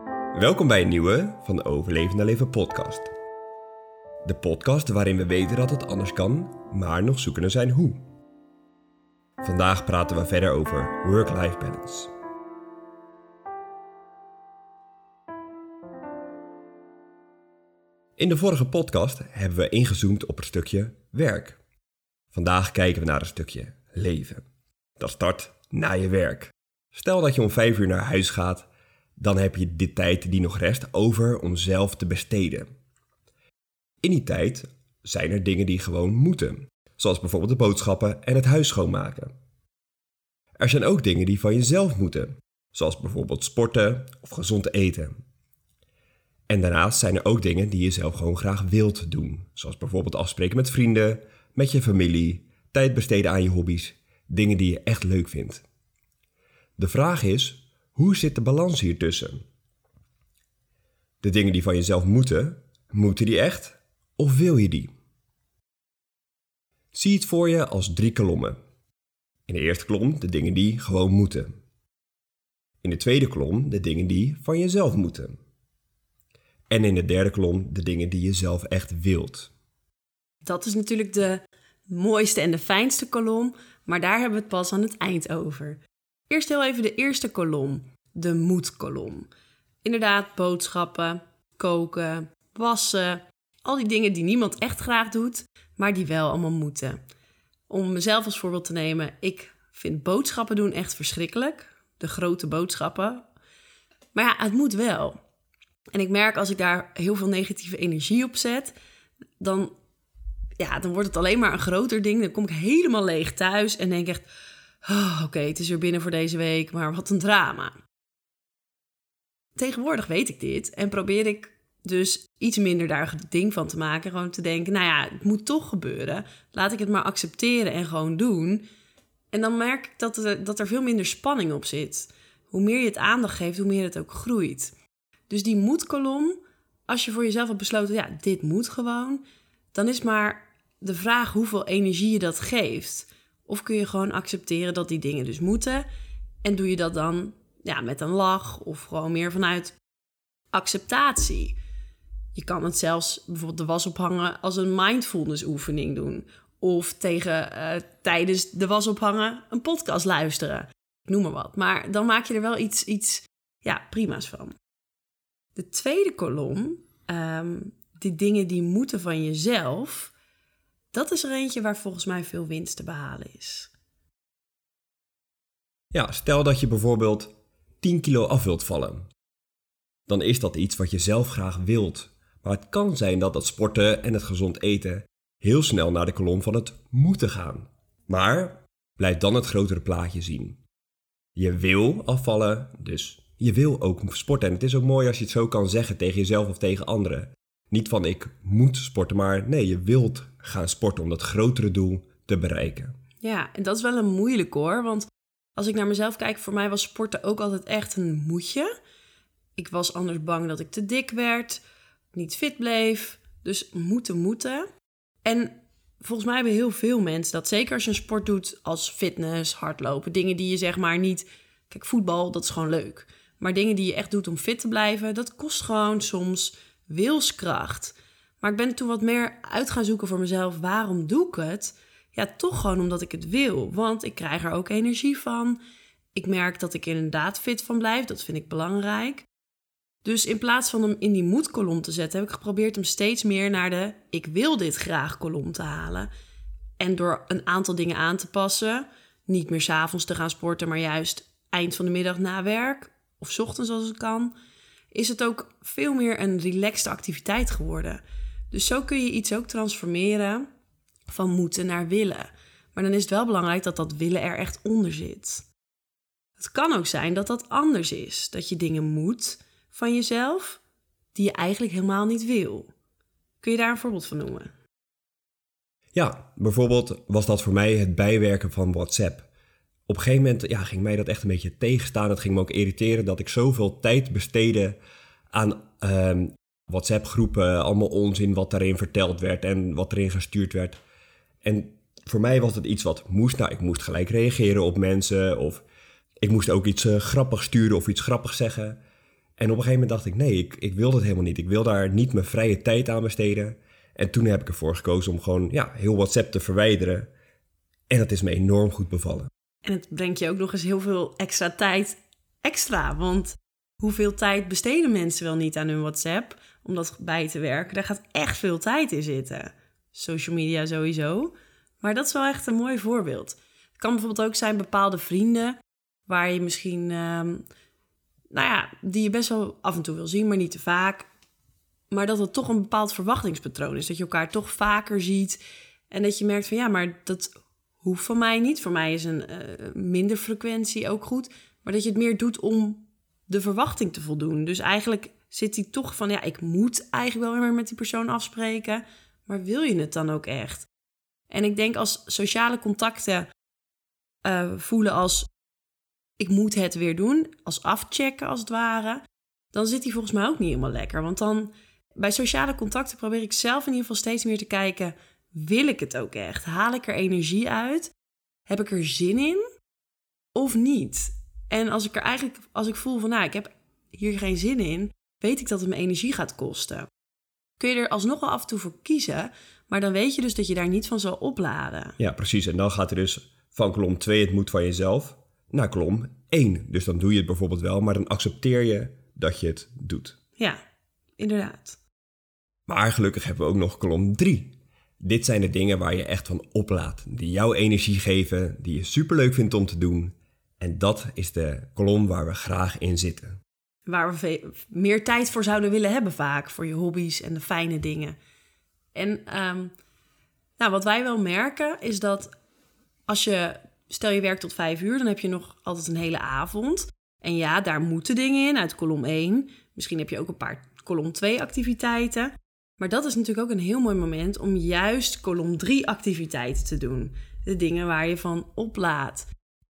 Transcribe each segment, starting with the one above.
Welkom bij een nieuwe van de Overleven naar Leven podcast. De podcast waarin we weten dat het anders kan, maar nog zoekende zijn hoe. Vandaag praten we verder over work-life balance. In de vorige podcast hebben we ingezoomd op het stukje werk. Vandaag kijken we naar een stukje leven. Dat start na je werk. Stel dat je om 5 uur naar huis gaat, dan heb je de tijd die nog rest over om zelf te besteden. In die tijd zijn er dingen die gewoon moeten, zoals bijvoorbeeld de boodschappen en het huis schoonmaken. Er zijn ook dingen die van jezelf moeten, zoals bijvoorbeeld sporten of gezond eten. En daarnaast zijn er ook dingen die je zelf gewoon graag wilt doen, zoals bijvoorbeeld afspreken met vrienden, met je familie, tijd besteden aan je hobby's, dingen die je echt leuk vindt. De vraag is, hoe zit de balans hier tussen? De dingen die van jezelf moeten die echt? Of wil je die? Zie het voor je als 3 kolommen. In de eerste kolom de dingen die gewoon moeten. In de tweede kolom de dingen die van jezelf moeten. En in de derde kolom de dingen die je zelf echt wilt. Dat is natuurlijk de mooiste en de fijnste kolom, maar daar hebben we het pas aan het eind over. Eerst heel even de eerste kolom, de moet-kolom. Inderdaad, boodschappen, koken, wassen, al die dingen die niemand echt graag doet, maar die wel allemaal moeten. Om mezelf als voorbeeld te nemen, ik vind boodschappen doen echt verschrikkelijk. De grote boodschappen. Maar ja, het moet wel. En ik merk als ik daar heel veel negatieve energie op zet, dan wordt het alleen maar een groter ding. Dan kom ik helemaal leeg thuis en denk echt, oké, het is weer binnen voor deze week, maar wat een drama. Tegenwoordig weet ik dit en probeer ik dus iets minder daar een ding van te maken. Gewoon te denken, het moet toch gebeuren. Laat ik het maar accepteren en gewoon doen. En dan merk ik dat er veel minder spanning op zit. Hoe meer je het aandacht geeft, hoe meer het ook groeit. Dus die moet-kolom, als je voor jezelf hebt besloten, dit moet gewoon, dan is maar de vraag hoeveel energie je dat geeft. Of kun je gewoon accepteren dat die dingen dus moeten en doe je dat dan met een lach of gewoon meer vanuit acceptatie. Je kan het zelfs bijvoorbeeld de was ophangen als een mindfulness oefening doen. Of tijdens de was ophangen een podcast luisteren. Ik noem maar wat. Maar dan maak je er wel iets prima's van. De tweede kolom, die dingen die moeten van jezelf, dat is er eentje waar volgens mij veel winst te behalen is. Ja, stel dat je bijvoorbeeld 10 kilo af wilt vallen. Dan is dat iets wat je zelf graag wilt. Maar het kan zijn dat het sporten en het gezond eten heel snel naar de kolom van het moeten gaan. Maar blijf dan het grotere plaatje zien. Je wil afvallen, dus je wil ook sporten. En het is ook mooi als je het zo kan zeggen tegen jezelf of tegen anderen. Niet van ik moet sporten, maar nee, je wilt gaan sporten om dat grotere doel te bereiken. Ja, en dat is wel een moeilijk hoor, want als ik naar mezelf kijk, voor mij was sporten ook altijd echt een moetje. Ik was anders bang dat ik te dik werd, niet fit bleef, dus moeten. En volgens mij hebben heel veel mensen dat, zeker als je een sport doet als fitness, hardlopen, dingen die je zeg maar niet... Kijk, voetbal, dat is gewoon leuk. Maar dingen die je echt doet om fit te blijven, dat kost gewoon soms wilskracht. Maar ik ben toen wat meer uit gaan zoeken voor mezelf. Waarom doe ik het? Ja, toch gewoon omdat ik het wil. Want ik krijg er ook energie van. Ik merk dat ik inderdaad fit van blijf. Dat vind ik belangrijk. Dus in plaats van hem in die moet-kolom te zetten, heb ik geprobeerd hem steeds meer naar de ik wil dit graag kolom te halen. En door een aantal dingen aan te passen, niet meer 's avonds te gaan sporten, maar juist eind van de middag na werk of 's ochtends als het kan, is het ook veel meer een relaxte activiteit geworden. Dus zo kun je iets ook transformeren van moeten naar willen. Maar dan is het wel belangrijk dat dat willen er echt onder zit. Het kan ook zijn dat dat anders is. Dat je dingen moet van jezelf die je eigenlijk helemaal niet wil. Kun je daar een voorbeeld van noemen? Ja, bijvoorbeeld was dat voor mij het bijwerken van WhatsApp. Op een gegeven moment ging mij dat echt een beetje tegenstaan. Het ging me ook irriteren dat ik zoveel tijd besteedde aan WhatsApp-groepen. Allemaal onzin wat daarin verteld werd en wat erin gestuurd werd. En voor mij was het iets wat moest. Ik moest gelijk reageren op mensen of ik moest ook iets grappigs sturen of iets grappigs zeggen. En op een gegeven moment dacht ik, nee, ik wil dat helemaal niet. Ik wil daar niet mijn vrije tijd aan besteden. En toen heb ik ervoor gekozen om gewoon heel WhatsApp te verwijderen. En dat is me enorm goed bevallen. En het brengt je ook nog eens heel veel extra tijd extra. Want hoeveel tijd besteden mensen wel niet aan hun WhatsApp om dat bij te werken? Daar gaat echt veel tijd in zitten. Social media sowieso. Maar dat is wel echt een mooi voorbeeld. Het kan bijvoorbeeld ook zijn bepaalde vrienden waar je misschien, die je best wel af en toe wil zien, maar niet te vaak. Maar dat het toch een bepaald verwachtingspatroon is. Dat je elkaar toch vaker ziet. En dat je merkt van maar dat hoeft van mij niet. Voor mij is een minder frequentie ook goed. Maar dat je het meer doet om de verwachting te voldoen. Dus eigenlijk zit hij toch van ik moet eigenlijk wel weer met die persoon afspreken. Maar wil je het dan ook echt? En ik denk als sociale contacten voelen als ik moet het weer doen, als afchecken als het ware, dan zit die volgens mij ook niet helemaal lekker. Want dan bij sociale contacten probeer ik zelf in ieder geval steeds meer te kijken, wil ik het ook echt? Haal ik er energie uit? Heb ik er zin in? Of niet? En als ik voel van ik heb hier geen zin in, weet ik dat het me energie gaat kosten. Kun je er alsnog wel af en toe voor kiezen, maar dan weet je dus dat je daar niet van zal opladen. Ja, precies. En dan gaat er dus van kolom 2 het moet van jezelf naar kolom 1. Dus dan doe je het bijvoorbeeld wel, maar dan accepteer je dat je het doet. Ja, inderdaad. Maar gelukkig hebben we ook nog kolom 3. Dit zijn de dingen waar je echt van oplaadt, die jou energie geven, die je superleuk vindt om te doen. En dat is de kolom waar we graag in zitten. Waar we meer tijd voor zouden willen hebben vaak, voor je hobby's en de fijne dingen. En wat wij wel merken is dat stel je werkt tot 5 uur, dan heb je nog altijd een hele avond. En daar moeten dingen in uit kolom 1. Misschien heb je ook een paar kolom 2 activiteiten. Maar dat is natuurlijk ook een heel mooi moment om juist kolom 3 activiteiten te doen. De dingen waar je van oplaadt.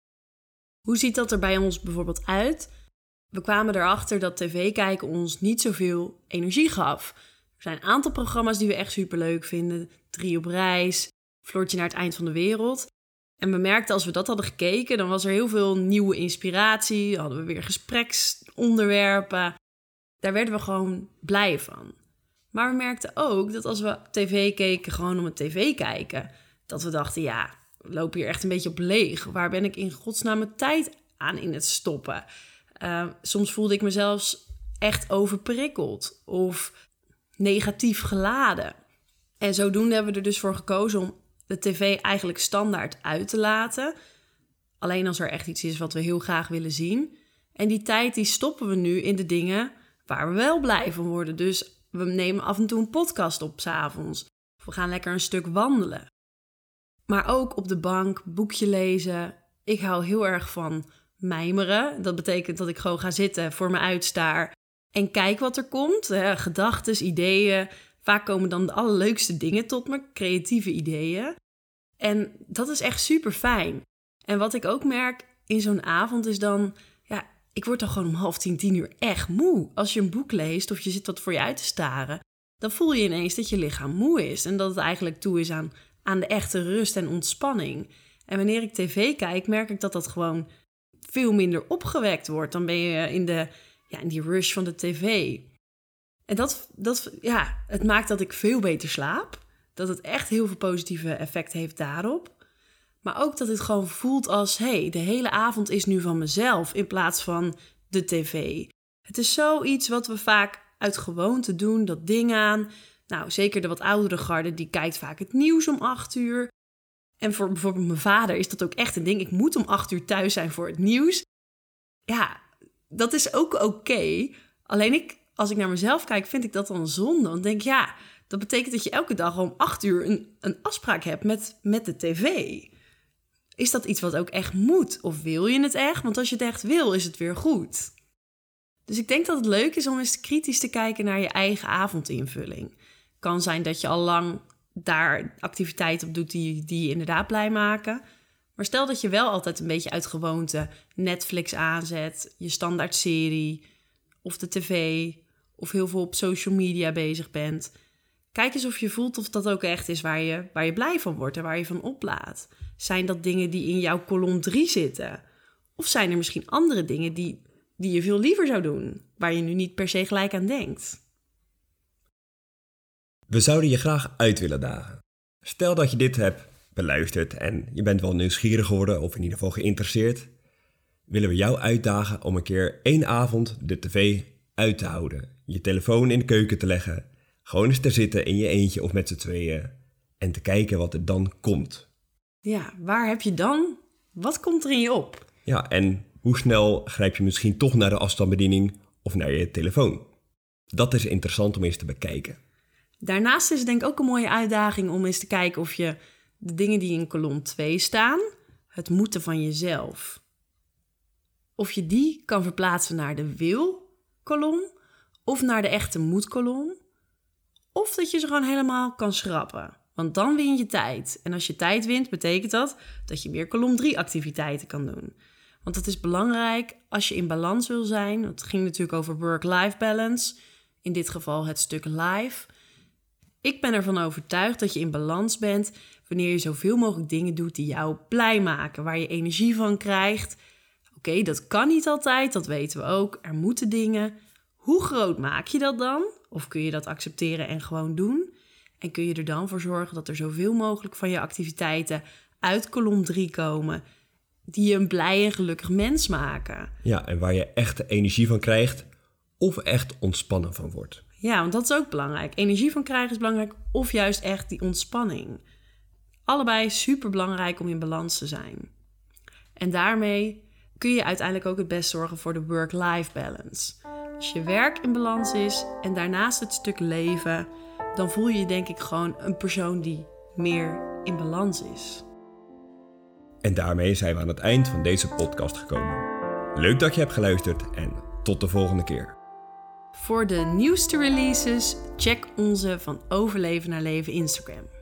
Hoe ziet dat er bij ons bijvoorbeeld uit? We kwamen erachter dat tv kijken ons niet zoveel energie gaf. Er zijn een aantal programma's die we echt superleuk vinden. 3 op reis, Floortje naar het eind van de wereld. En we merkten als we dat hadden gekeken, dan was er heel veel nieuwe inspiratie. Dan hadden we weer gespreksonderwerpen. Daar werden we gewoon blij van. Maar we merkten ook dat als we tv keken, gewoon om het tv kijken, dat we dachten, we lopen hier echt een beetje op leeg. Waar ben ik in godsnaam mijn tijd aan in het stoppen? Soms voelde ik mezelf echt overprikkeld of negatief geladen. En zodoende hebben we er dus voor gekozen om de tv eigenlijk standaard uit te laten. Alleen als er echt iets is wat we heel graag willen zien. En die tijd die stoppen we nu in de dingen waar we wel blij van worden. Dus we nemen af en toe een podcast op 's avonds. Of we gaan lekker een stuk wandelen. Maar ook op de bank, boekje lezen. Ik hou heel erg van mijmeren. Dat betekent dat ik gewoon ga zitten, voor me uitstaar en kijk wat er komt. Gedachten, ideeën. Vaak komen dan de allerleukste dingen tot me, creatieve ideeën. En dat is echt super fijn. En wat ik ook merk in zo'n avond is dan, ik word dan gewoon om 9:30, 10:00 echt moe. Als je een boek leest of je zit wat voor je uit te staren, dan voel je ineens dat je lichaam moe is. En dat het eigenlijk toe is aan de echte rust en ontspanning. En wanneer ik tv kijk, merk ik dat gewoon veel minder opgewekt wordt. Dan ben je in die rush van de tv. En het maakt dat ik veel beter slaap. Dat het echt heel veel positieve effecten heeft daarop. Maar ook dat het gewoon voelt als, de hele avond is nu van mezelf in plaats van de tv. Het is zoiets wat we vaak uit gewoonte doen, dat ding aan. Nou, zeker de wat oudere garde, die kijkt vaak het nieuws om 8:00. En voor bijvoorbeeld mijn vader is dat ook echt een ding. Ik moet om 8:00 thuis zijn voor het nieuws. Ja, dat is ook oké. Alleen als ik naar mezelf kijk, vind ik dat dan zonde. Want ik denk, dat betekent dat je elke dag om 8:00 een afspraak hebt met de tv. Is dat iets wat ook echt moet? Of wil je het echt? Want als je het echt wil, is het weer goed. Dus ik denk dat het leuk is om eens kritisch te kijken naar je eigen avondinvulling. Kan zijn dat je al lang daar activiteiten op doet die je inderdaad blij maken. Maar stel dat je wel altijd een beetje uit gewoonte Netflix aanzet, je standaard serie of de tv of heel veel op social media bezig bent. Kijk eens of je voelt of dat ook echt is waar je blij van wordt en waar je van oplaadt. Zijn dat dingen die in jouw kolom 3 zitten? Of zijn er misschien andere dingen die die je veel liever zou doen, waar je nu niet per se gelijk aan denkt. We zouden je graag uit willen dagen. Stel dat je dit hebt beluisterd en je bent wel nieuwsgierig geworden of in ieder geval geïnteresseerd. Willen we jou uitdagen om een keer 1 avond de tv uit te houden. Je telefoon in de keuken te leggen. Gewoon eens te zitten in je eentje of met z'n tweeën. En te kijken wat er dan komt. Ja, waar heb je dan? Wat komt er in je op? Ja, en hoe snel grijp je misschien toch naar de afstandsbediening of naar je telefoon? Dat is interessant om eens te bekijken. Daarnaast is het denk ik ook een mooie uitdaging om eens te kijken of je de dingen die in kolom 2 staan, het moeten van jezelf, of je die kan verplaatsen naar de wil-kolom of naar de echte moet-kolom. Of dat je ze gewoon helemaal kan schrappen. Want dan win je tijd. En als je tijd wint, betekent dat je meer kolom 3 activiteiten kan doen. Want dat is belangrijk als je in balans wil zijn. Het ging natuurlijk over work-life balance. In dit geval het stuk life. Ik ben ervan overtuigd dat je in balans bent wanneer je zoveel mogelijk dingen doet die jou blij maken. Waar je energie van krijgt. Oké, dat kan niet altijd, dat weten we ook. Er moeten dingen. Hoe groot maak je dat dan? Of kun je dat accepteren en gewoon doen? En kun je er dan voor zorgen dat er zoveel mogelijk van je activiteiten uit kolom 3 komen, die je een blij en gelukkig mens maken. Ja, en waar je echt de energie van krijgt of echt ontspannen van wordt. Ja, want dat is ook belangrijk. Energie van krijgen is belangrijk of juist echt die ontspanning. Allebei super belangrijk om in balans te zijn. En daarmee kun je uiteindelijk ook het best zorgen voor de work-life balance. Als je werk in balans is en daarnaast het stuk leven, dan voel je je denk ik gewoon een persoon die meer in balans is. En daarmee zijn we aan het eind van deze podcast gekomen. Leuk dat je hebt geluisterd en tot de volgende keer. Voor de nieuwste releases check onze Van Overleven naar Leven Instagram.